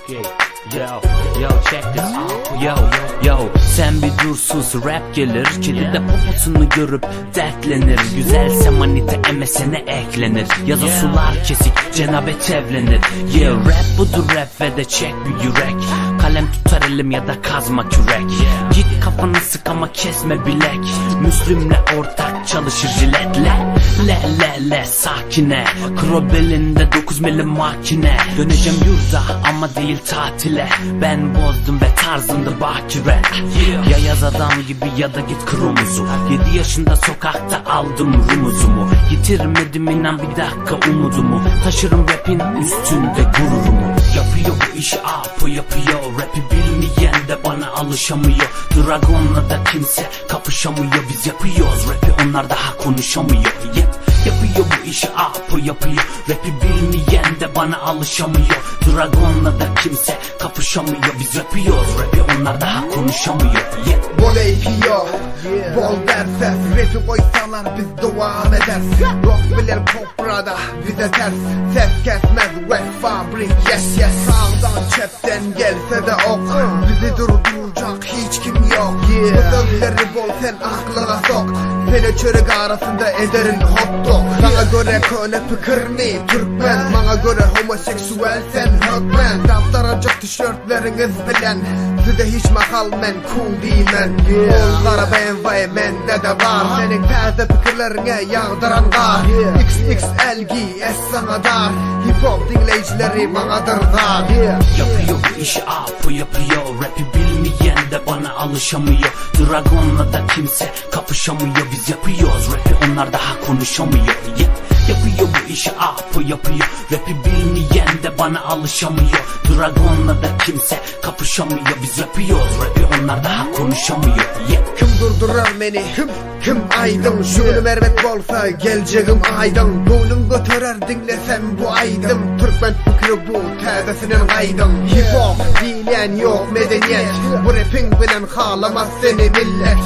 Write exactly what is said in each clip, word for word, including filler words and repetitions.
Okay. Yo, yo, check this out. Yo, yo, sen bir dur sus, rap gelir. Kedi de poposunu görüp dertlenir. Güzelse manite emesine eklenir. Yaza sular kesik, cenabet evlenir. Yeah, rap budur rap ve de çek bir yürek. Kalem tutar elim ya da kazma kürek. Git kafanı sık ama kesme bilek. Müslümle ortak çalışır jiletle. Le le le sakine. Kro belinde dokuz milim makine. Döneceğim yurda ama değil tatile. Ben bozdum ve tarzımda bakire. Ya yaz adam gibi ya da git kromuzu. Yedi yaşında sokakta aldım rumuzumu. Yitirmedim inan bir dakika umudumu. Taşırım rapin üstünde gururumu. Yapıyor bu işi Apo yapıyor. Rapi bilmeyen de bana alışamıyor. Dragon'la da kimse kapışamıyor. Biz yapıyoruz rapi, onlar daha konuşamıyor. Yep. Yapıyor bu işi Apo yapıyor. Rapi bilmeyen de bana alışamıyor. Dragon'la da kimse kapışamıyor. Biz yapıyoruz rapi, onlar daha konuşamıyor. Yep. Bol yapıyor, bol derse rapi koysalar biz devam ederiz. Rock bilir toprada bize ters. Ses kesmez West Fabrik yes yes. Sağdan cepten gelse de ok. Bizi durduracak hiç kim yok. Bu sözleri bol sen aklına sok. Seni çörek arasında ederin hot dog. Sana göre kone fikirni Türkmen, bana göre homoseksüel sen hökmen. Daptaracak tişörtleriniz bilen size hiç makal men cool değilim. Ol kara B M W mende de var. Senin taze fikirlerine yağdıran kar. X X L G S sana dar. Hip hop dinleyicileri banadır dar. Yapıyor bu işi Apo yapıyor. Rapi bilmeyen de bana alışamıyor. Dragon'la da kimse kapışamıyor. Biz yapıyoruz rapi, onlar daha konuşamıyor. Yeah. Yapıyor bu işi Apo yapıyor. Rapi bilmeyen de bana alışamıyor. Dragon'la da kimse kapışamıyor. Biz yapıyoruz rapi, onlar daha konuşamıyor. Yeah. Kim durdurar beni? Kim? Kim aydın? Şunu mervet olsa geleceğim aydın. Gönlüm götürer dinlesem bu aydın. Türkmen fikri bu tadesinin aydın. Hip hop dinen yok medeniyet. Bu rapin bilen halamaz seni millet.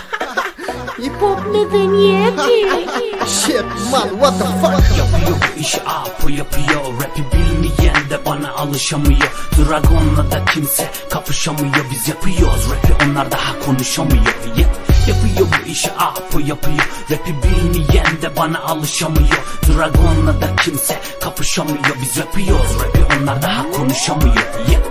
Hip hop medeniyeti. Shit man what the fuck. Yapıyor bu işi Apo yapıyor. Rapi bilmeyen de bana alışamıyor. Dragon'la da kimse kapışamıyor. Biz yapıyoruz rapi, onlar daha konuşamıyor. Yeah. Yapıyor bu işi Apo yapıyor. Rapi bilmeyen de bana alışamıyor. Dragon'la da kimse kapışamıyor. Biz yapıyoruz rapi, onlar daha konuşamıyor. Yeah.